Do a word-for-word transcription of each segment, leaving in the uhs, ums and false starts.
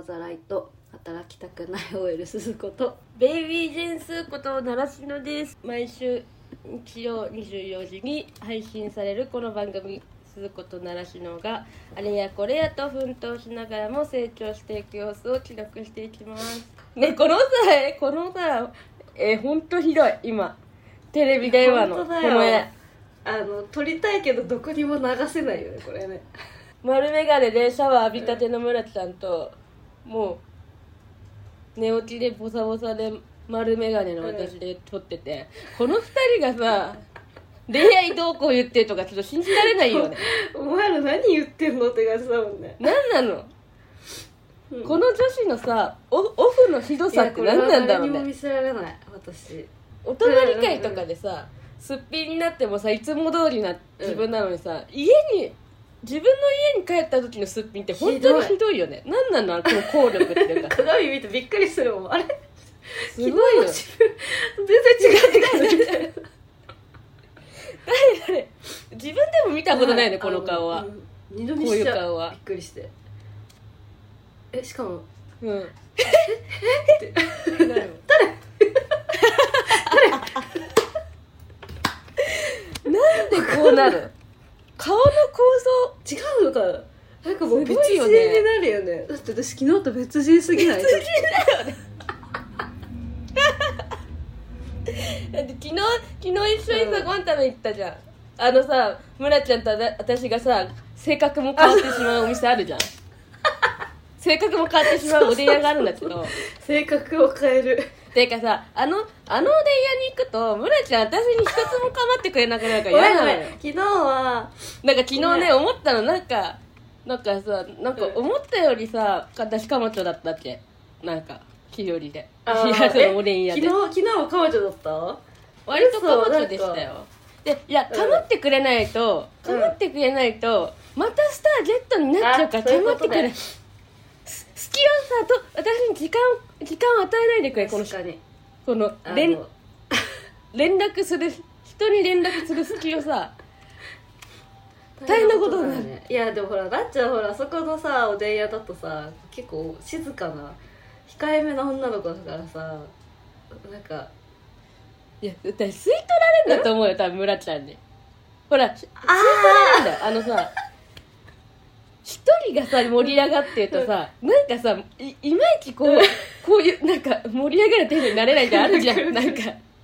ーザライト、働きたくない オーエル 鈴子とベイビージェンスこと習志野です。毎週日曜にじゅうよじに配信されるこの番組、鈴子と習志野があれやこれやと奮闘しながらも成長していく様子を記録していきますね。このさこのさえほんとひどい。今テレビ電話のこの絵、 あの撮りたいけどどこにも流せないよねこれね。 丸眼鏡でシャワー浴びたての村ちゃんと、もう寝起きでボサボサで丸眼鏡の私で撮ってて、うん、この二人がさ恋愛どうこう言ってるとかちょっと信じられないよね。 お前ら何言ってんのって感じだもんね。 何なの、うん、この女子のさ オ, オフのひどさって何なんだろうね。 何も見せられない私。 大人理解とかでさ、すっぴんになってもさいつも通りな自分なのにさ、うん、家に自分の家に帰った時のすっぴんって本当にひどいよね。何なのこの効力っていうか。 鏡見てびっくりするもん。あれすごいよ。 全然違ってくるみたいな。 誰誰自分でも見たことないね、この顔は。 二度見しちゃう。 こういう顔はびっくりして。えしかもうんええって誰誰なんでこうなる顔の構造違うのかな。なんかもう別人になるよね。だって私昨日と別人すぎない？ 別人だよね。だって昨日昨日一緒にさ、うん、ご飯食べ行ったじゃん。あのさ村ちゃんと私がさ性格も変わってしまうお店あるじゃん。性格も変わってしまうおでん屋があるんだけど性格を変えるてかさ、あのあのおでん屋に行くと村ちゃん私に一つも構ってくれなくなるから嫌なのよ。 昨日はなんか昨日ね思ったの、なんかなんかさなんか思ったよりさ私カマチョだったっけ、なんか日和であいやそのおでん屋で昨日昨日はカマチョだった。 割とカマチョでしたよ。でいやかまってくれないと、うん、かまってくれないとまたスタージェットになっちゃうから、かまってくれ。好きをさと私に時間時間を与えないでくれ。このこの連連絡する人に連絡する隙をさ大変なことになる、ね、 いやでもほらなっちゃんほらそこのさおでん屋だとさ結構静かな控えめな女の子だからさ、なんかいやだって吸い取られるんだと思うよ多分村ちゃんに。ほら吸い取られるんだよ。あのさ一人がさ盛り上がってるとさなんかさ い, いまいちこうこういうなんか盛り上がる程度になれないってあるじゃん。なんか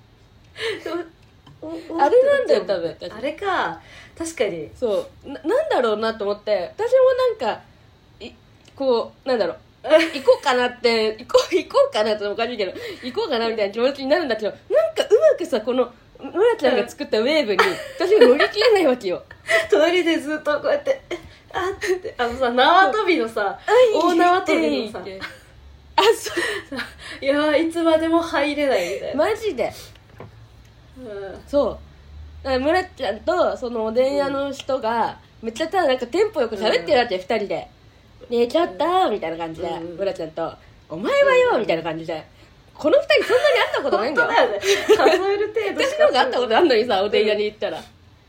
あれなんだよ多分。 あれか確かにそう な, なんだろうなと思って私もなんかいこうなんだろう行こうかなって行こう行こうかなっておかしいけど行こうかなみたいな気持ちになるんだけど、なんかうまくさこの村ちゃんが作ったウェーブに私が乗り切れないわけよ。 隣でずっとこうやってあってあのさ縄跳びのさ大縄跳びのさあそういやいつまでも入れないみたいなマジで、 うん、 そうだから村ちゃんとそのおでん屋の人がめっちゃたなんかテンポよく喋ってるわけよ、うん、ふたりでねえちょっと、うん、みたいな感じで、うん、村ちゃんとお前はよ、うん、みたいな感じでこのふたりそんなに会ったことないんだよ。 本当だよね数える程度しか私の方が会ったことあるのにさおでん屋に行ったら、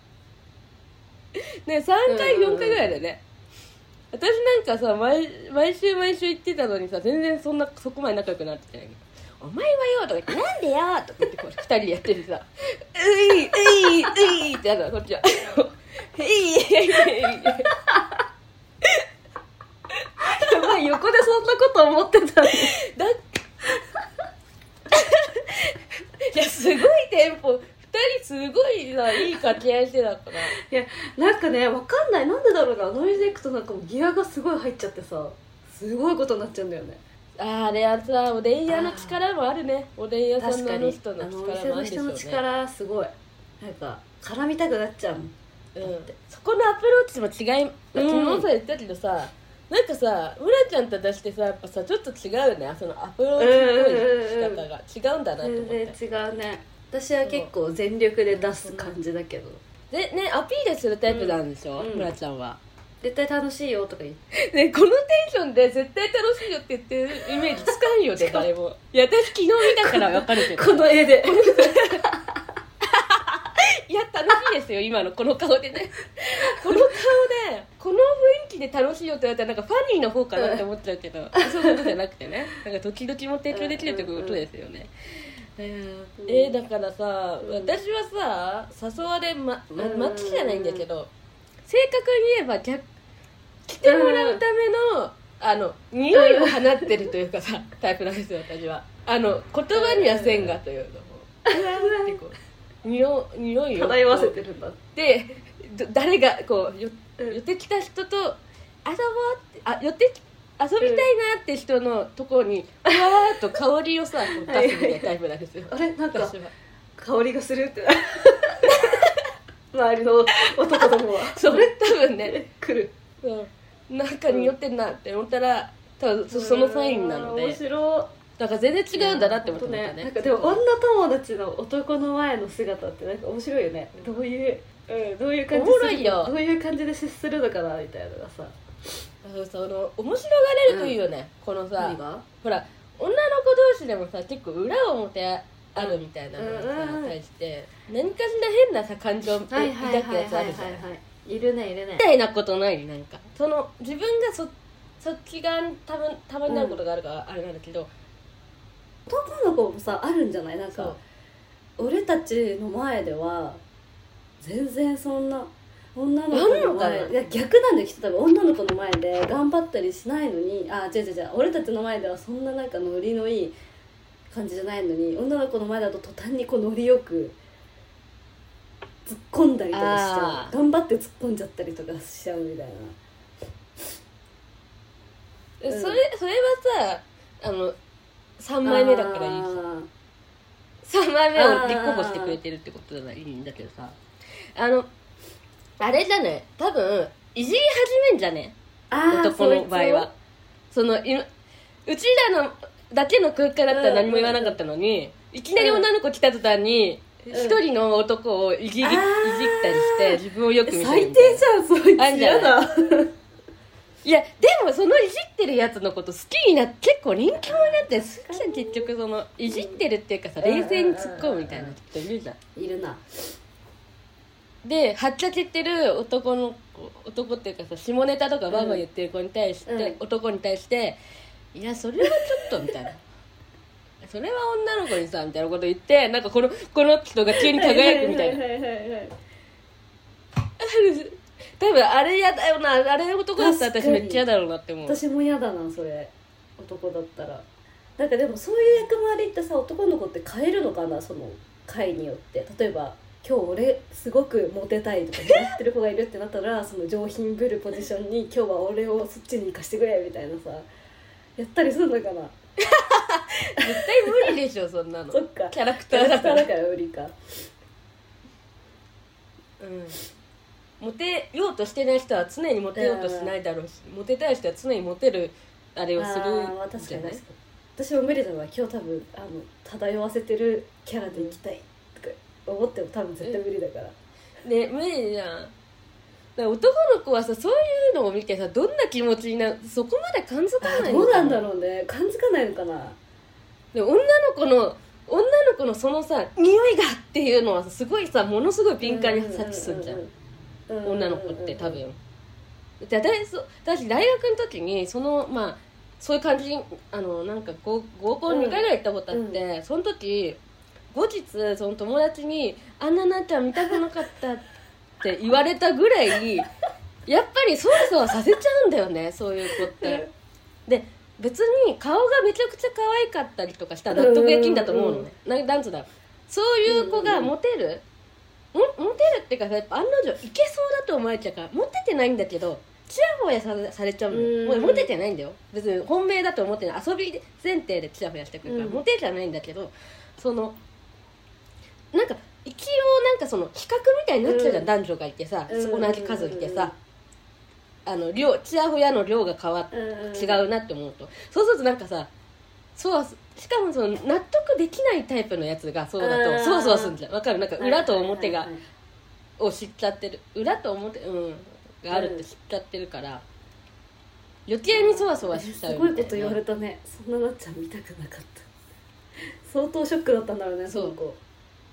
うん、ねさんかいよんかいぐらいだよね。私なんかさ 毎, 毎週毎週行ってたのにさ全然そんなそこまで仲良くなってない。お前はよとか言ってなんでよとか言ってこうふたりでやってるさういういういってなるのこっちはういいういやばい横でそんなこと思ってたのだいやすごいテンポふたりすごいさいい掛け合いしてたから。 いやなんかねわかんないなんでだろうな、ノイズでいくとなんかもうギアがすごい入っちゃってさすごいことになっちゃうんだよね。 ああれはさおでん屋の力もあるね。おでん屋さんのあの人の力もあるでしょうね。 お店の人の力すごいなんか絡みたくなっちゃうもん、うん、 そこのアプローチも違い、うん、昨日さ言ったけどさなんかさ村ちゃんと出してさやっぱさちょっと違うよねそのアプローチっぽい仕方が違うんだなと思って。 全然違うね。私は結構全力で出す感じだけどでねアピールするタイプなんでしょ、うん、村ちゃんは絶対楽しいよとか言って、 ね、このテンションで絶対楽しいよって言ってるイメージつかんよね誰も。いや私昨日見たから分かるけどこの絵でいやや楽しいですよ今のこの顔でねこの顔でこの雰囲気で楽しいよって言われたらなんかファニーの方かなって思っちゃうけどそういうことじゃなくてねなんか時々も提供できるってことですよね。えー、えー、だからさ、うん、私はさ誘われま、ま、待ちじゃないんだけど、正確に言えば逆来てもらうための、うん、あの匂いを放ってるというかさタイプなんですよ私は。あの言葉にはせんがというのもうわってこう匂匂いを漂わせてるんだで誰がこうよ寄ってきた人と遊ぼうってあ寄ってき遊びたいなって人のところにふわーっと香りをさ出すみたいなタイプなんですよ。 あれなんか香りがするって周りの男どもはそれ多分ね来るそうなんか匂ってんなって思ったら多分そのサインなので面白いだから全然違うんだなって思ってましたね。 ねなんかでも女友達の男の前の姿ってなんか面白いよね。どういう、うん、どういう感じおもろいよどういう感じで接するのかなみたいなのがさその面白がれるといいよね、うん、このさほら女の子同士でもさ結構裏表あるみたいなのにさ、うん、対して何かしら変なさ感情を抱くやつあるじゃん。 いるねいるねみたいなことないなんかその自分がそそっち側にたまたまになることがあるからあれなんだけど、 男の子もさあるんじゃないなんか俺たちの前では全然そんな女の子の前いや逆なんだよきっと多分女の子の前で頑張ったりしないのにあ違う違う違う俺たちの前ではそんななんかノリのいい感じじゃないのに女の子の前だと途端にこうノリよく突っ込んだりとかしちゃう頑張って突っ込んじゃったりとかしちゃうみたいな、 うん、それそれはさあのさんまいめだからいいしさんまいめを立候補してくれてるってことじゃないんだけどさあのあれじゃね多分いじり始めんじゃね男の場合はそのいうちらのだけの空間だったら何も言わなかったのに、うん、いきなり女の子来た途端に一、うん、人の男をいじり、いじったりして自分をよく見せる最低じゃんそいつ嫌だいやでもそのいじってるやつのこと好きになって結構人気者になって好きじゃん結局そのいじってるっていうかさ冷静に突っ込むみたいな人いるじゃんいるなではっちゃけてる男の男っていうかさ下ネタとかバンバン言ってる子に対して、うん、男に対していやそれはちょっとみたいなそれは女の子にさみたいなこと言ってなんかこのこの人が急に輝くみたいな多分あれ嫌だよなあれ男だったら私めっちゃ嫌だろうなって思う私も嫌だなそれ男だったらなんかでもそういう役回りってさ男の子って変えるのかなその回によって例えば今日俺すごくモテたいとかやってる子がいるってなったらその上品ぶるポジションに今日は俺をそっちに行かしてくれみたいなさやったりするのかな絶対無理でしょそんなのそっかキャラクターだからだから無理かうんモテようとしてない人は常にモテようとしないだろうしモテたい人は常にモテるあれをするんじゃない？ あ、確かに確かに私も無理だな今日多分あの漂わせてるキャラでいきたいとか思っても多分絶対無理だからね無理じゃんだから男の子はさそういうのを見てさどんな気持ちになるそこまで感づかないのかなどうなんだろうね感づかないのかなで女の子の女の子のそのさ匂いがっていうのはすごいさものすごい敏感に察知するじゃん、うんうんうん女の子って多分で私大学の時にそのまあそういう感じにあのなんか合コンにかいぐらい行ったことあって、うん、その時後日その友達にあんななっちゃん見たくなかったって言われたぐらいやっぱりそわそわさせちゃうんだよねそういう子ってで別に顔がめちゃくちゃ可愛かったりとかしたら納得できんだと思うのね、うんうん、なんつうだそういう子がモテるモテるっていうかやっぱ案の定いけそうだと思われちゃうからモテてないんだけどチヤホヤ さ, されちゃうのよもうモテてないんだよ別に本命だと思ってない遊び前提でチヤホヤしてくるから、うん、モテじゃないんだけどそのなんか一応なんかその比較みたいになっちゃうじゃん、うん、男女がいてさ、うん、同じ数いてさ、うん、あの量チヤホヤの量が変わっ、うん、違うなって思うとそうするとなんかさそうしかもその納得できないタイプのやつがそうだとそわそわするんじゃんわかるなんか裏と表がを知っちゃってる裏と表、うん、があるって知っちゃってるから余計にそわそわしちゃうみたいな、 すごいこと言われたねそんななっちゃん見たくなかった相当ショックだったんだろうねその子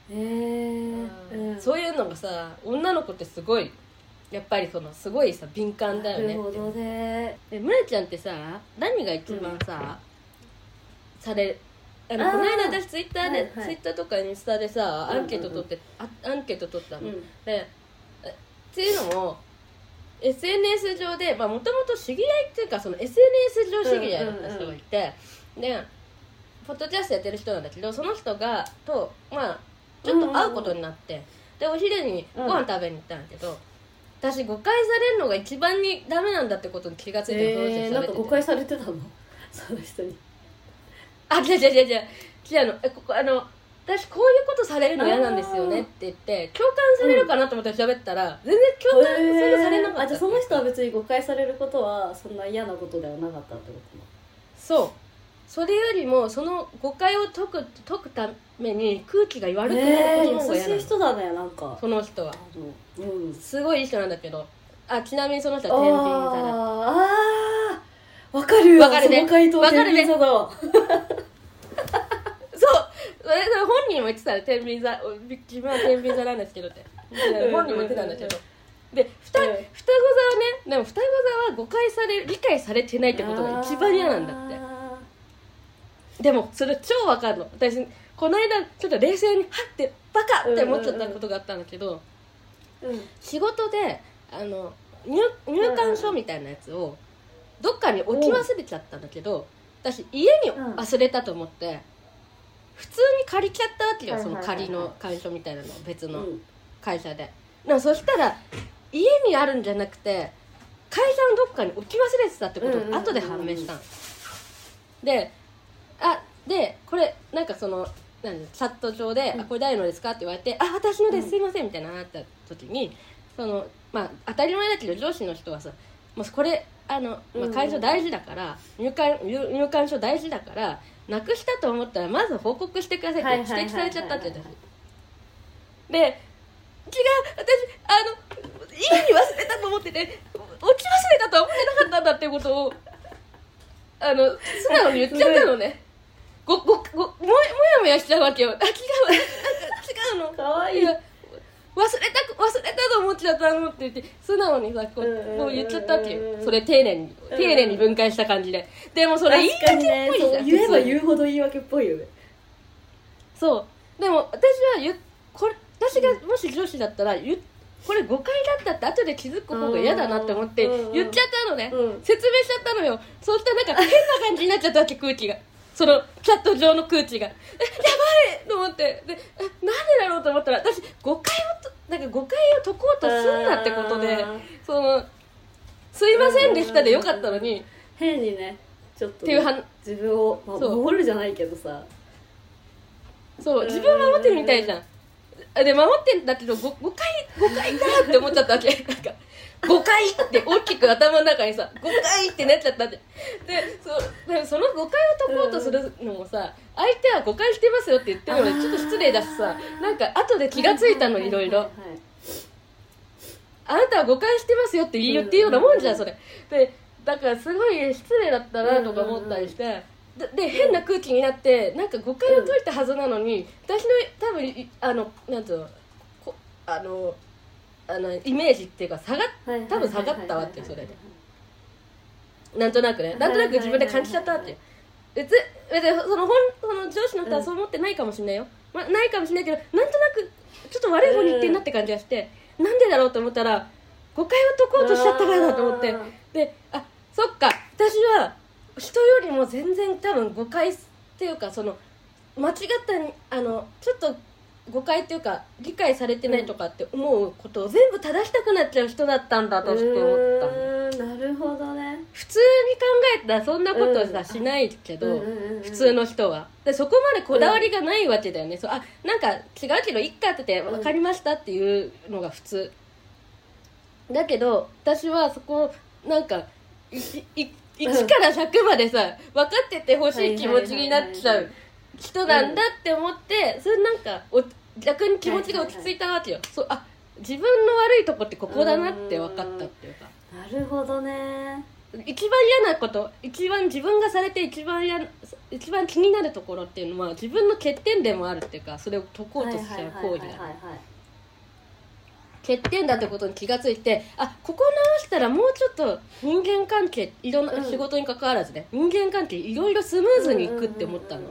へえ、うん、 そういうのがさ女の子ってすごいやっぱりそのすごいさ敏感だよねって。 なるほどね。 えむらちゃんってさ何が一番さ、うん、されあのあこの間私ツイッターで、 はいはい、 ツイッターとかインスタでさアンケート取って、うんうんうん、アンケート取ったの、うん、でっていうのも エスエヌエス 上でもともと知り合いっていうかその エスエヌエス 上知り合いだった人がいて、うんうんうん、でポッドキャストやってる人なんだけどその人がとまあちょっと会うことになって、うんうんうん、でお昼にご飯食べに行ったんだけど、うん、私誤解されるのが一番にダメなんだってことに気がついて、 えー、なんか誤解されてたのその人に。 あ、違う違う違う違う違うのえここあの私こういうことされるの嫌なんですよねって言って共感されるかなと思って喋ったら、うん、全然共感、えー、それされなかった。 あ、じゃあその人は別に誤解されることはそんな嫌なことではなかったってことな。 そうそれよりもその誤解を解く解くために空気が悪くなることの方が嫌なの。 優しい人だねなんかその人は、 うん、すごいいい人なんだけどあちなみにその人は天秤座だ。 ああわかるわかるね。 その回答天秤座だわ。 それ本人も言ってたら天秤座自分は天秤座なんですけどって本人も言ってたんだけどでふた、うん、双子座はねでも双子座は誤解され理解されてないってことが一番嫌なんだって。でもそれ超わかるの。私この間ちょっと冷静にはってバカって思っちゃったことがあったんだけど、うんうんうん、仕事であの 入, 入館書みたいなやつをどっかに置き忘れちゃったんだけど、私家に忘れたと思って普通に借りちゃったわけよ。その仮の会社みたいなの別の会社で、うん、でもそしたら家にあるんじゃなくて会社のどっかに置き忘れてたってことが後で判明したの、であでこれなんかそのなんチャット上で、うん、あこれ誰のですかって言われて、あ私のですすいませんみたいななった時にそのまあ当たり前だけど上司の人はさもうこれあの、まあ、会社大事だから、うん、入館入館証大事だからなくしたと思ったらまず報告してくださいって指摘されちゃったって言ったで違う私あの家に忘れたと思ってて置き忘れたとは思ってなかったんだっていうことをあの素直に言っちゃったのね。ごごごももやもやしちゃうわけよ。あ違うなんか違うのかわいい。 忘れた忘れたと思っちゃったのって言って素直にさこうもう言っちゃったっていう。それ丁寧に丁寧に分解した感じで。でもそれ言い訳っぽいじゃん。 ね、言えば言うほど言い訳っぽいよね。 そうでも私は言これ私がもし上司だったら言これ誤解だったって後で気づく方が嫌だなって思って言っちゃったのね、うん、説明しちゃったのよ。そうしたらなんか変な感じになっちゃったわけ空気がそのチャット上の空気がやばいと思ってでなんでだろうと思ったら私誤解をなんか誤解を解こうとすんなってことでそのすいませんでしたでよかったのに変にねちょっと、ね、っていう自分を、まあ、守るじゃないけどさそう自分を守ってるみたいじゃん。で守ってんだけど誤解誤解だって思っちゃったわけなんか誤解って大きく頭の中にさ誤解ってなっちゃったってで そ, でその誤解を解こうとするのもさ、うん、相手は誤解してますよって言ってるのにちょっと失礼だしさなんか後で気がついたのいろいろあなたは誤解してますよって言ってるようなもんじゃんそれでだからすごい失礼だったなとか思ったりして、で, で変な空気になってなんか誤解を解いたはずなのに、うん、私の多分あのなんていうのこあのあのイメージっていうか下が多分下がったわってそれでなんとなくねなんとなく自分で感じちゃったわけ。別にその本その上司の人はそう思ってないかもしれないよ、まあ、ないかもしれないけどなんとなくちょっと悪い方に言ってんなって感じがして、うん、なんでだろうと思ったら誤解を解こうとしちゃったからだと思ってであそっか私は人よりも全然多分誤解っていうかその間違ったあのちょっと誤解っていうか理解されてないとかって思うことを全部正したくなっちゃう人だったんだとって思ったの。 なるほどね。 普通に考えたらそんなことさ、うん、しないけど、うん、普通の人はでそこまでこだわりがないわけだよね、うん、そうあなんか違うけどいっかってて分かりましたっていうのが普通だけど私はそこなんかいいいちからひゃくまでさ分かっててほしい気持ちになっちゃう人なんだって思ってそれなんかお逆に気持ちが落ち着いたわけよ。そうあ自分の悪いとこってここだなって分かったっていうか。 なるほどね。 一番嫌なこと、一番自分がされて一番や一番気になるところっていうのは自分の欠点でもあるっていうか、それを解こうとしちゃう行為だ。欠点だってことに気がついて、あ、ここ直したらもうちょっと人間関係いろんな、うん、仕事に関わらずね、人間関係いろいろスムーズにいくって思ったの。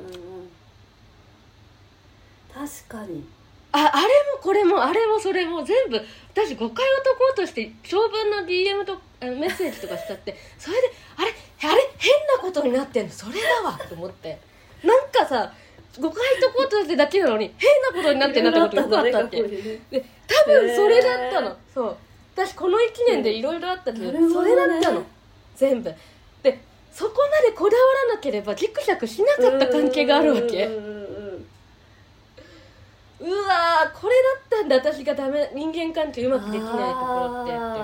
確かに。 あ、あれもこれもあれもそれも全部私誤解を解こうとして長文の ディーエム とあのメッセージとかしちゃって、それであれあれ変なことになってんのそれだわと思って、なんかさ誤解解こうとしてだけなのに変なことになってんなってことよくあったって。で多分それだったの。そう私このいちねんでいろいろあったけど、うん、それだったの全部で、そこまでこだわらなければギクシャクしなかった関係があるわけ。うわーこれだったんだ私がダメ人間関係うまくできないところってって思って、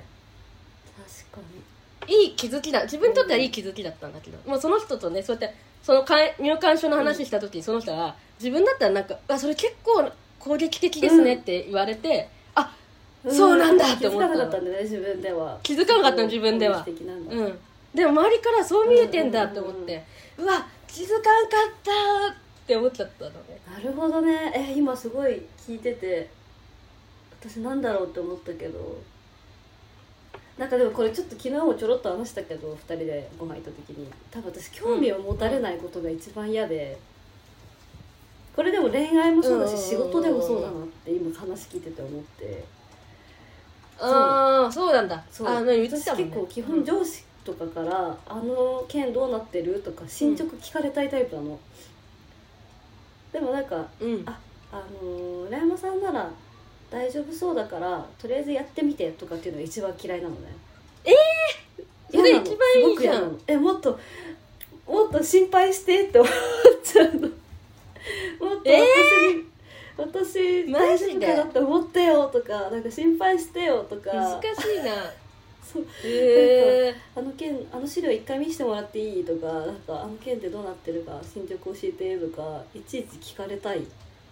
確かにいい気づきだ、自分にとってはいい気づきだったんだけど、うん、もうその人とねそうやってその入館証の話した時にその人は自分だったらなんかあそれ結構攻撃的ですねって言われて、うん、あ、うん、そうなんだって思ったの。 気づかなかったんだね自分では。 気づかなかったの自分では。うん、でも周りからそう見えてんだって思って、うんうんうん、うわ気づかんかったって思っちゃったのね。 なるほどね。え今すごい聞いてて私なんだろうって思ったけど、なんかでもこれちょっと昨日もちょろっと話したけどふたりでご飯行った時に多分私興味を持たれないことが一番嫌で、これでも恋愛もそうだし仕事でもそうだなって今話聞いてて思って、 ああそうなんだ。 そうあの私結構基本上司とかから、うん、あの件どうなってるとか進捗聞かれたいタイプなの、うん、でもなんか、うん、あ、あのー、浦山さんなら大丈夫そうだからとりあえずやってみてとかっていうのが一番嫌いなのね。 ええー、それ一番いいじゃん。 えもっともっと心配してって思っちゃうの。もっと私に、えー、私大丈夫かなって思ってよとかなんか心配してよとか。 難しいな。 そう、えー、なんかあの件あの資料一回見せてもらっていいとかなんかあの件ってどうなってるか進捗教えてとかいちいち聞かれたい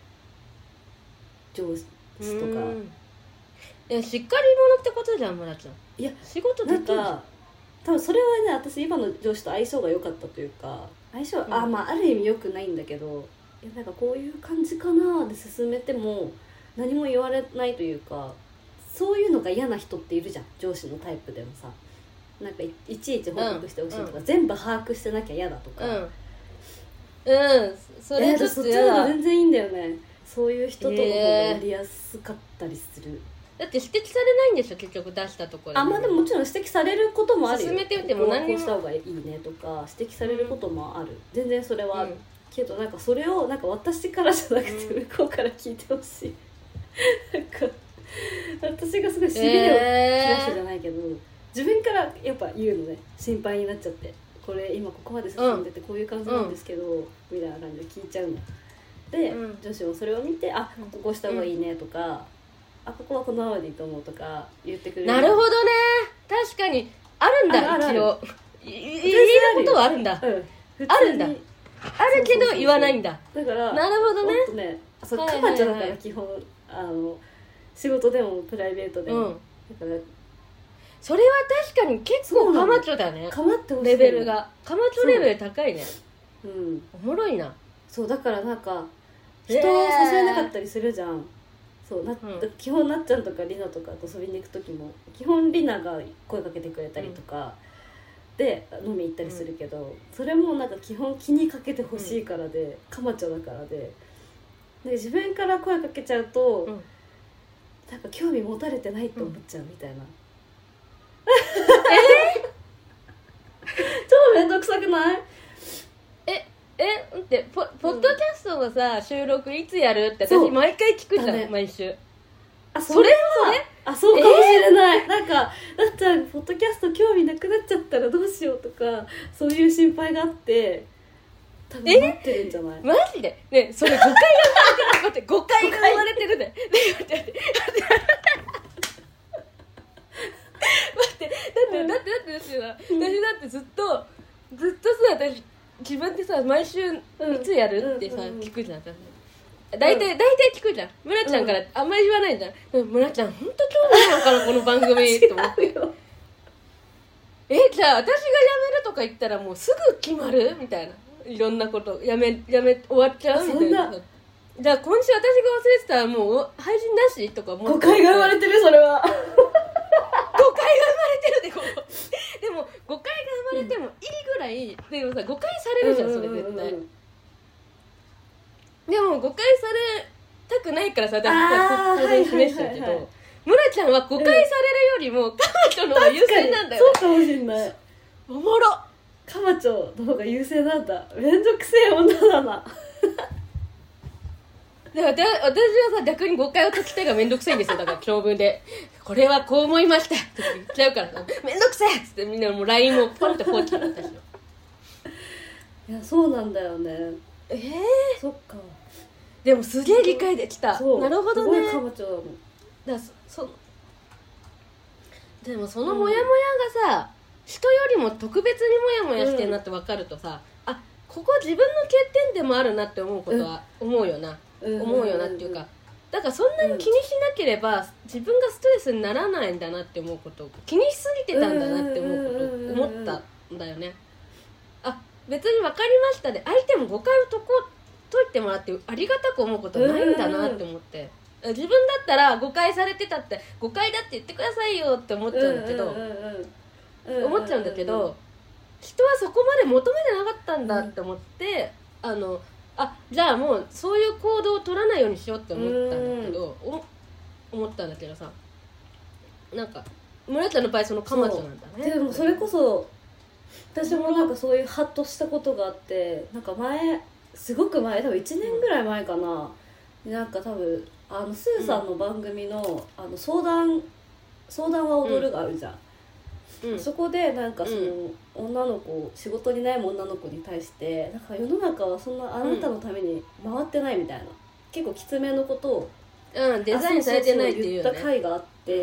上司とか。 いやしっかり者ってことじゃん村ちゃん。 いや仕事できる。 なんか多分それはね私今の上司と相性が良かったというか相性は、うん、あまあある意味良くないんだけど、いやなんかこういう感じかなで進めても何も言われないというか、そういうのが嫌な人っているじゃん上司のタイプでもさ、なんか い, いちいち報告してほしいとか、うん、全部把握してなきゃ嫌だとか、うん、うん、 それちょっと嫌だ。 そっちの方が全然いいんだよね。そういう人との方がやりやすかったりする、 えー、だって指摘されないんでしょ結局出したところで。 あまあでももちろん指摘されることもあるよ。 進めてみても何もこうした方がいいねとか指摘されることもある、うん、全然それはある、うん、けどなんかそれをなんか私からじゃなくて向こうから聞いてほしい、うん、なんか私がすごいしびれを切らしてじゃないけど、えー、自分からやっぱ言うのね、心配になっちゃってこれ今ここまで進んでてこういう感じなんですけど、うん、みたいな感じで聞いちゃうので、うん、女子もそれを見てあこここうした方がいいねとか、うん、あここはこのままでいいと思うとか言ってくれる。 なるほどね、確かにあるんだ。 あるある一応言えることはあるんだ、うん、あるんだ、あるけど言わないんだ。 だからなるほどね、 もっとね、そうカバちゃんだから基本あの仕事でもプライベートでも、うん、だからそれは確かに結構カマチョだね。 カマってほしいレベルがカマチョレベル高いね。 う、うん、 おもろいな。 そうだからなんか人を支えなかったりするじゃん、えー、そうな、うん、基本なっちゃんとかりなとかと遊びに行く時も基本りなが声かけてくれたりとか、うん、で飲み行ったりするけど、うん、それもなんか基本気にかけてほしいからで、うん、カマチョだからで、で自分から声かけちゃうと、うん、なんか興味持たれてないと思っちゃうみたいな、うん、えー、超めんどくさくない？ えってポポッドキャストのさ、うん、収録いつやるって私毎回聞くじゃん、ね、毎週。 あそれはそれあそうかもしれない、えー、なんかだっちゃんポッドキャスト興味なくなっちゃったらどうしようとかそういう心配があって多分待ってるんじゃない？ マジでね、それ誤解が生まれてる。待って誤解が生まれてるね。待って待って待ってだってだってだってですよ、私だってずっとずっとさ私自分でさ毎週いつやるってさ、うん、聞くじゃん。大体、大体聞くじゃん。村ちゃんからあんまり言わないじゃん。でも村ちゃんほんと興味ないのかなこの番組と思ってえじゃあ私が辞めるとか言ったらもうすぐ決まるみたいな、いろんなことやめやめ終わっちゃうみたいな。じゃあ今週私が忘れてたらもう配信なしとか思って、 誤解が生まれてるそれは誤解が生まれてるでここでも誤解が生まれてもいいぐらい、でもさ誤解されるじゃんそれ絶対、うんうんうんうん、でも誤解されたくないからさ私はここで示したけど、はいはいはいはい、村ちゃんは誤解されるよりもカマチョの方が優勢なんだよね。 そうかもしんない。 おもろ。 カマチョの方が優勢なんだ。めんどくせえ女だなで私はさ逆に誤解を解きたいがめんどくさいんですよ。だから長文でこれはこう思いましたって言っちゃうからさめんどくせえっつってみんなもう ライン もポンって放置だったしいやそうなんだよね。 えー、 そっか。 でもすげえ理解できた。なるほどね。 すごいカマチョだもん。 だそそでもそのモヤモヤがさ、うん、人よりも特別にモヤモヤしてるなって分かるとさ、うん、あここ自分の欠点でもあるなって思うことは思うよな、うん、思うよなっていうか、だからそんなに気にしなければ自分がストレスにならないんだなって思うこと、気にしすぎてたんだなって思うこと思ったんだよね。あ別に分かりましたで相手も誤解を解こう解いてもらってありがたく思うことはないんだなって思って、自分だったら誤解されてたって誤解だって言ってくださいよって思っちゃうんだけど思っちゃうんだけど人はそこまで求めてなかったんだって思って、うん、あのあじゃあもうそういう行動を取らないようにしようって思ったんだけど、うん、思ったんだけどさなんか村ちゃんの場合そのカマチョなんだね。 でもそれこそ私もなんかそういうハッとしたことがあって、なんか前すごく前多分いちねんぐらい前かな、うん、なんか多分あのスーさんの番組の、うん、あの相談相談は踊るがあるじゃん、うん、そこでなんかその、うん、女の子仕事に悩む女の子に対してなんか世の中はそんなあなたのために回ってないみたいな、うん、結構きつめのことを、 うん、デザインされてないっていう、ね、 言った回があって、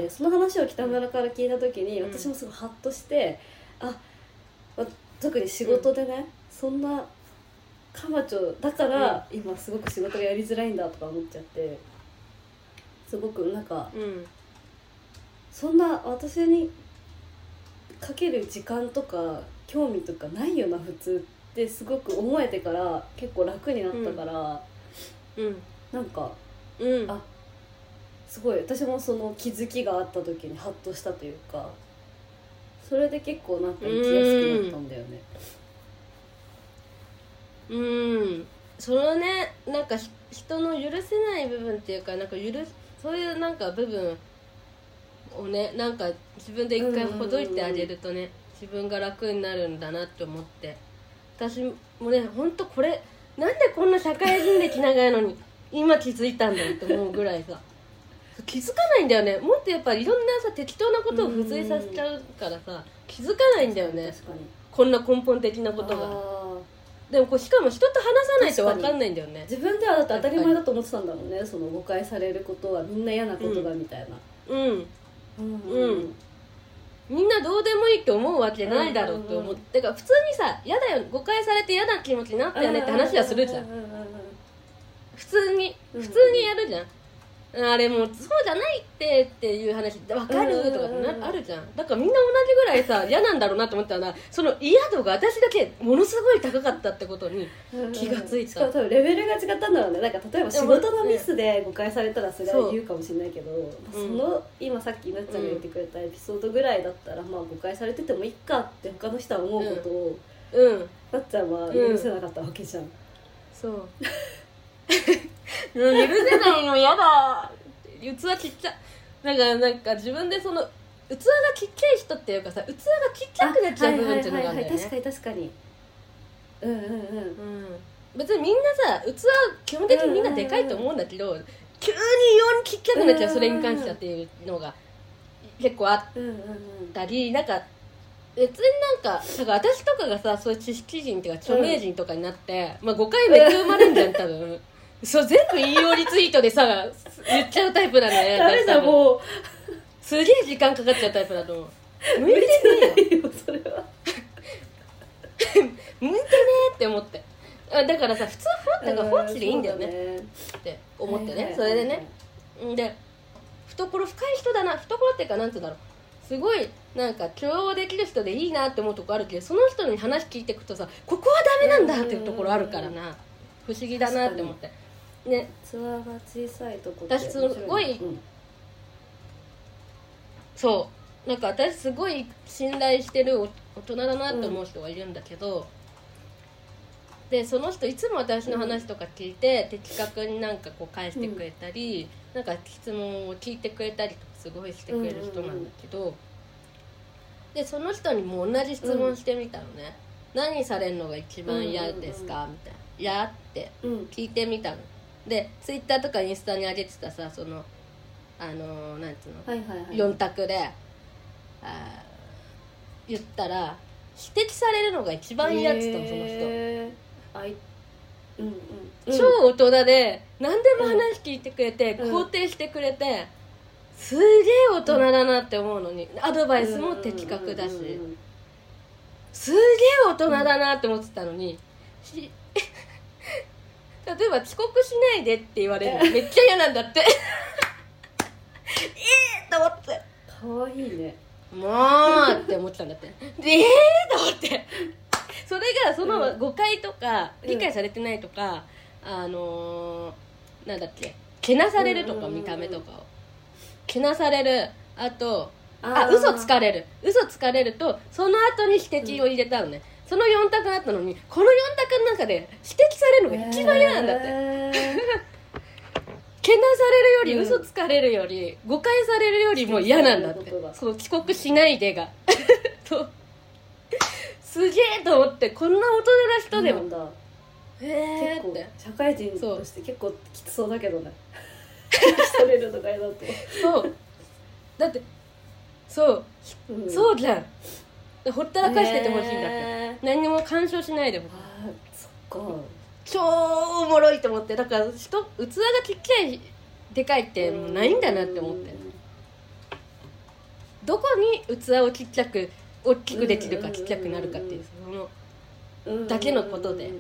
その話を北村から聞いた時に私もすごいハッとして、うん、あ特に仕事でね、うん、そんなカマチョだから、うん、今すごく仕事がやりづらいんだとか思っちゃって、すごくなんか、うん、そんな私にかける時間とか興味とかないよな普通ってすごく思えてから結構楽になったから、うんうん、なんか、うん、あすごい私もその気づきがあった時にハッとしたというか、それで結構なんか生きやすくなったんだよね。 うん、うんそのねなんか人の許せない部分っていうかなんか許そういうなんか部分をねなんか自分で一回ほどいてあげるとね、自分が楽になるんだなって思って、私もねほんとこれなんでこんな社会人歴長いのに今気づいたんだよって思うぐらいさ気づかないんだよね。もっとやっぱいろんなさ適当なことを付随させちゃうからさ気づかないんだよね。確かにこんな根本的なことが。でもこうしかも人と話さないと分かんないんだよね。 自分ではだって当たり前だと思ってたんだもんね。その誤解されることはみんな嫌なことだみたいな、うんうん、うんうん、みんなどうでもいいって思うわけないだろうって思って、うんうん、だから普通にさ嫌だよ誤解されて嫌な気持ちになったよねって話はするじゃん。普通に普通にやるじゃん。あれもうそうじゃないってっていう話で分かるとかってなあるじゃん。だからみんな同じぐらいさ嫌なんだろうなと思ったらその嫌度が私だけものすごい高かったってことに気がついた。しかも多分レベルが違ったんだろうね。なんか例えば仕事のミスで誤解されたらそれは言うかもしれないけど、そ, その今さっきなっちゃんが言ってくれたエピソードぐらいだったら、まあ誤解されててもいいかって他の人は思うことを、うん、なっちゃんは許せなかったわけじゃん、うん、そう許せないのやだ器ちっちゃなんかなんか自分でその器がちっちゃい人っていうかさ器がちっちゃくなっちゃう部分っていうのがあるんだよね。 確かに確かにうんうんうん、うん、 別にみんなさ器基本的にみんなでかいと思うんだけど、うんうんうん、急に異様にちっちゃくなっちゃう、それに関してはっていうのが結構あったり、なんか別になんか、なんか私とかがさそういう知識人っていうか著名人とかになって、うん、まあごかいめっちゃ生まれんじゃん多分そう全部引用リツイートでさ言っちゃうタイプなのね。 ダメだもうすげえ時間かかっちゃうタイプだと思う。向いてねえよそれは向いてねえって思って、だからさ普通放ってが放置でいいんだよねって思ってね、それでねで懐深い人だな、懐っていうかなんて言うんだろう、 すごいなんか許容できる人でいいなって思うとこあるけど、その人に話聞いていくとさ、ここはダメなんだっていうところあるからな、不思議だなって思ってね。 器が小さいとこって私すごい、うん、そうなんか私すごい信頼してる大人だなって思う人がいるんだけど、うんでその人いつも私の話とか聞いて、うん、的確になんかこう返してくれたり、うん、なんか質問を聞いてくれたりとかすごいしてくれる人なんだけど、うんうんうん、でその人にも同じ質問してみたのね、うん、何されるのが一番嫌ですか、うんうんうん、みたいな嫌って聞いてみたの、でツイッターとかインスタに上げてたさ、そのあのー、なんつうの、 はいはいはい、 よん択であ言ったら指摘されるのが一番嫌って言ったの、その人。あいうんうん、超大人で何でも話聞いてくれて、うん、肯定してくれて、すげえ大人だなって思うのに、アドバイスも的確だし、すげえ大人だなって思ってたのに、うん、例えば遅刻しないでって言われるのめっちゃ嫌なんだってええと思って、 かわいいね、 もうって思ってたんだってええと思ってそれがその誤解とか、うん、理解されてないとか、あのー、なんだっけ、けなされるとか、見た目とかをけなされる、あとあ嘘つかれる嘘つかれるとその後に指摘を入れたのね、うん、そのよん択あったのにこのよん択の中で指摘されるのが一番嫌なんだって、えー、けなされるより、うん、嘘つかれるより誤解されるよりも嫌なんだって、その遅刻しないでがとすげえと思って、こんな大人な人でもなんだ、 へーって社会人として結構きつそうだけどねされるとかやだとそうだってそう、うん、そうじゃん、ほったらかしててほしいんだって、何にも干渉しないでも、 あそっか、 超おもろいと思って、だから人器がちっちゃいでかいってもうないんだなって思って、どこに器をちっちゃく大きくできるかちっちゃくなるかっていう、そのだけのことで、へえ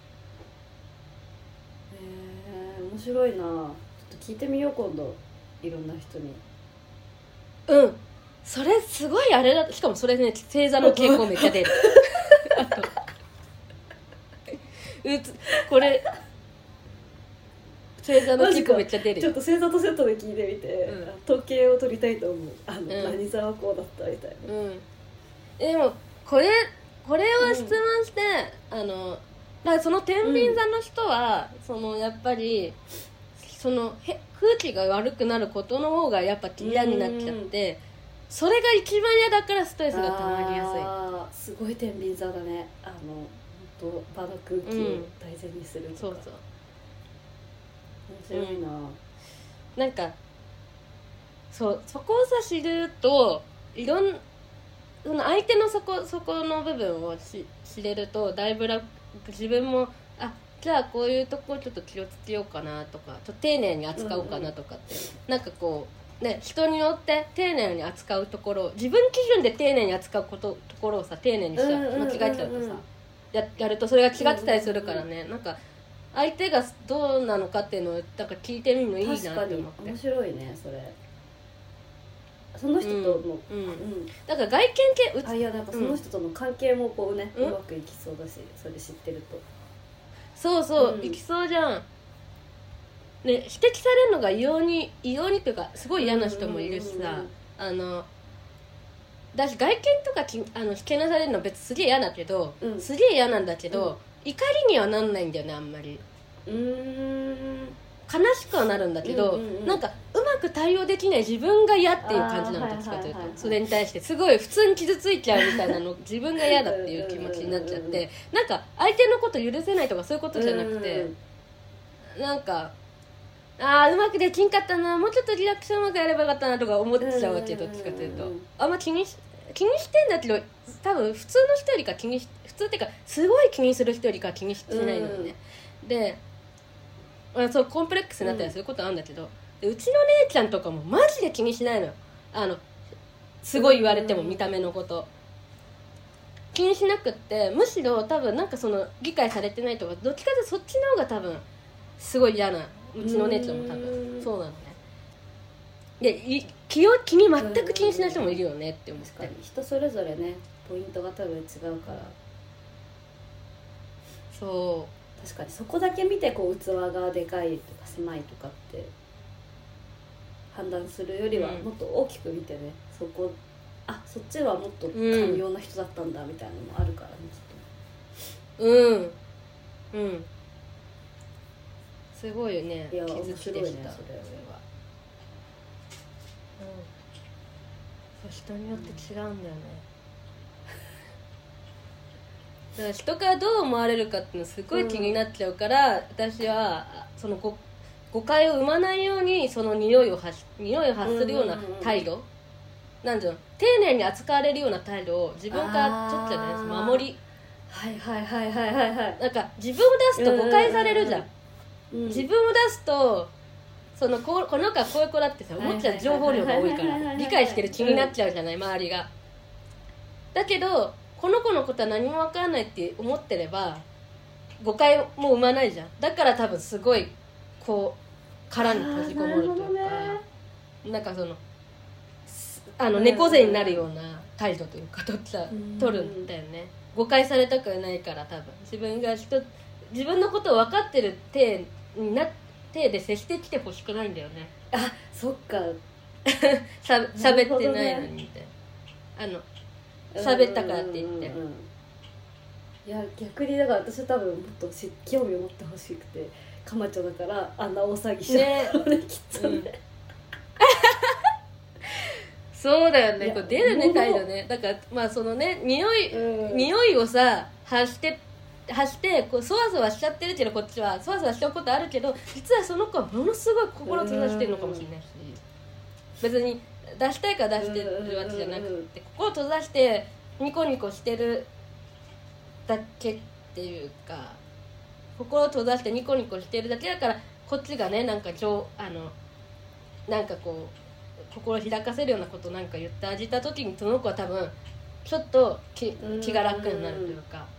ー、面白いな、ちょっと聞いてみよう今度、いろんな人に。 うん、それすごいあれだ、しかもそれね星座の傾向めっちゃ出るあとうつこれ星座の傾向めっちゃ出る、 ちょっと星座とセットで聞いてみて、うん、統計を取りたいと思う、あの、うん、何座はこうだったみたいな、 うんでもこれこれを質問して、うん、あのだからその天秤座の人は、うん、そのやっぱりそのへ空気が悪くなることの方がやっぱ嫌になっちゃって、うん、それが一番嫌だからストレスが溜まりやすい。 あすごい天秤座だね、あの本当場の空気を大事にするとか、うん、そうそう面白いな、うん、 なんかそうそこをさ知るといろんその相手のそこそこの部分をし知れるとだいぶ楽、自分もあじゃあこういうとこちょっと気をつけようかなとか、ちょっと丁寧に扱おうかなとかって、うんうん、なんかこうね、人によって丁寧に扱うところ、自分基準で丁寧に扱うことところをさ丁寧にしちゃ、うんうんうんうん、間違えちゃうとさ や, やるとそれが違ってたりするからね、うんうんうん、なんか相手がどうなのかっていうのをなんか聞いてみるのいいなって思って。確かに面白いねそれ。その人との、うんうんうん、だから外見系あいやなんかその人との関係もこうね、うん、うまくいきそうだし、それ知ってるとそうそう、うん、いきそうじゃん、ね、指摘されるのが異様に異様にっていうかすごい嫌な人もいるしさ、うんうんうんうん、あのだし外見とかきあのけなされるの別にすげえ嫌だけど、うん、すげえ嫌なんだけど、うん、怒りにはなんないんだよねあんまり。 うーん悲しくはなるんだけど、うんうんうん、なんかうまく対応できない自分が嫌っていう感じなの、どっちかというと、それに対してすごい普通に傷ついちゃうみたいなの自分が嫌だっていう気持ちになっちゃってなんか相手のこと許せないとかそういうことじゃなくて、うん、なんかあーうまくできんかったな、もうちょっとリアクションうまくやればよかったなとか思っちゃうわけ、どっちかというとあんま気にし気にしてんだけど多分普通の人よりか気にし普通っていうかすごい気にする人よりか気にしてないのよね、であそうコンプレックスになったりすることあるんだけど、うん、うちの姉ちゃんとかもマジで気にしないのよ、あのすごい言われても見た目のこと気にしなくって、むしろ多分なんかその理解されてないとかどっちかというとそっちの方が多分すごい嫌な、うちの姉ちゃんも多分そうなのね。 いやい気を気に全く気にしない人もいるよねって思って、 確かに人それぞれねポイントが多分違うから、 そう確かにそこだけ見てこう器がでかいとか狭いとかって判断するよりはもっと大きく見てね、そこあそっちはもっと寛容な人だったんだみたいなのもあるからね、 きっとうんうんすごいよね。 いや気づきでした、 面白いねそれは。 うん、そう人によって違うんだよね、だから人からどう思われるかっていうのすごい気になっちゃうから、うん、私はその誤誤解を生まないようにその匂いを発匂いを発するような態度、うんうんうん、なんていうの丁寧に扱われるような態度を自分から取っちゃうね、守りはいはいはいはいはいはいなんか自分を出すと誤解されるじゃん、うん、自分を出すとそのここの子はこういう子だってさ思っちゃう情報量が多いから理解してる気になっちゃうじゃない、うん、周りが。だけどこの子のことは何も分からないって思ってれば誤解も生まないじゃん。だから多分すごいこう殻に閉じこもるというか、ね、なんかそのあの猫背になるような態度というか取っちゃ取るんだよね。誤解されたくないから多分自分が人自分のことを分かってる体にな体で接してきてほしくないんだよね。 あ、そっかしゃ喋ってないのにみたいな、あの喋ったからって言って、うんうんうん、 いや逆にだから私は多分もっと興味を持ってほしくてカマチョだからあんな大騒ぎしちゃうね、きっとね、うん、 そうだよね。これ出るね態度ね。だからまあそのね匂い、うん、匂いをさ発して発してこうそわそわしちゃってるけどこっちはそわそわしちゃうことあるけど実はその子はものすごい心を閉ざしてるのかもしれないし、別に出したいから出してるわけじゃなくて心を閉ざしてニコニコしてるだけっていうか心を閉ざしてニコニコしてるだけだからこっちがねなんかちょあのなんかこう心開かせるようなことなんか言ってあげた時にその子は多分ちょっと 気, 気が楽になるというか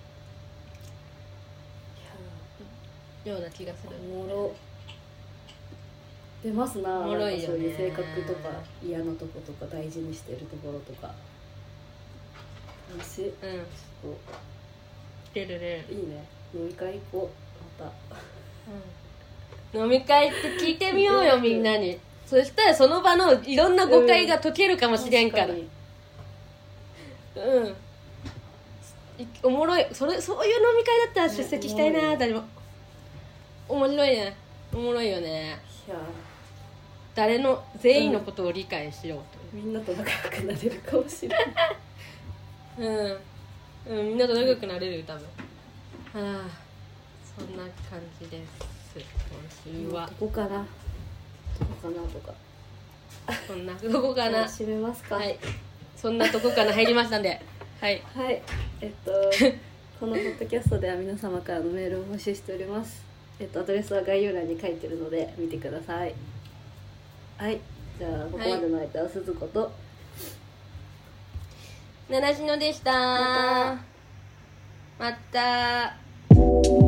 ような気がする。 おもろ出ますな。 おもろいよね。 そういう性格とか嫌なとことか大事にしてるところとか楽しい。うん出るね。 いいね。飲み会行こうまた、うん、飲み会って聞いてみようよみんなに。そしたらその場のいろんな誤解が解けるかもしれんから、うん、うんおもろい。それそういう飲み会だったら出席したいな、誰も。面白いね。おもろいよね。いや誰の全員のことを理解しようと、 うん、みんなと仲良くなれるかもしれないうん、うん、みんなと仲良くなれるよ多分。はあそんな感じです今週は。 どこかなどこかなとかそんなどこかな締めますか。 はいそんなとこかな入りましたんではいはいえっとこのポッドキャストでは皆様からのメールを募集しております。えっとアドレスは概要欄に書いてるので見てください。はいじゃあここまでの相手は鈴子と七しのでした。また。また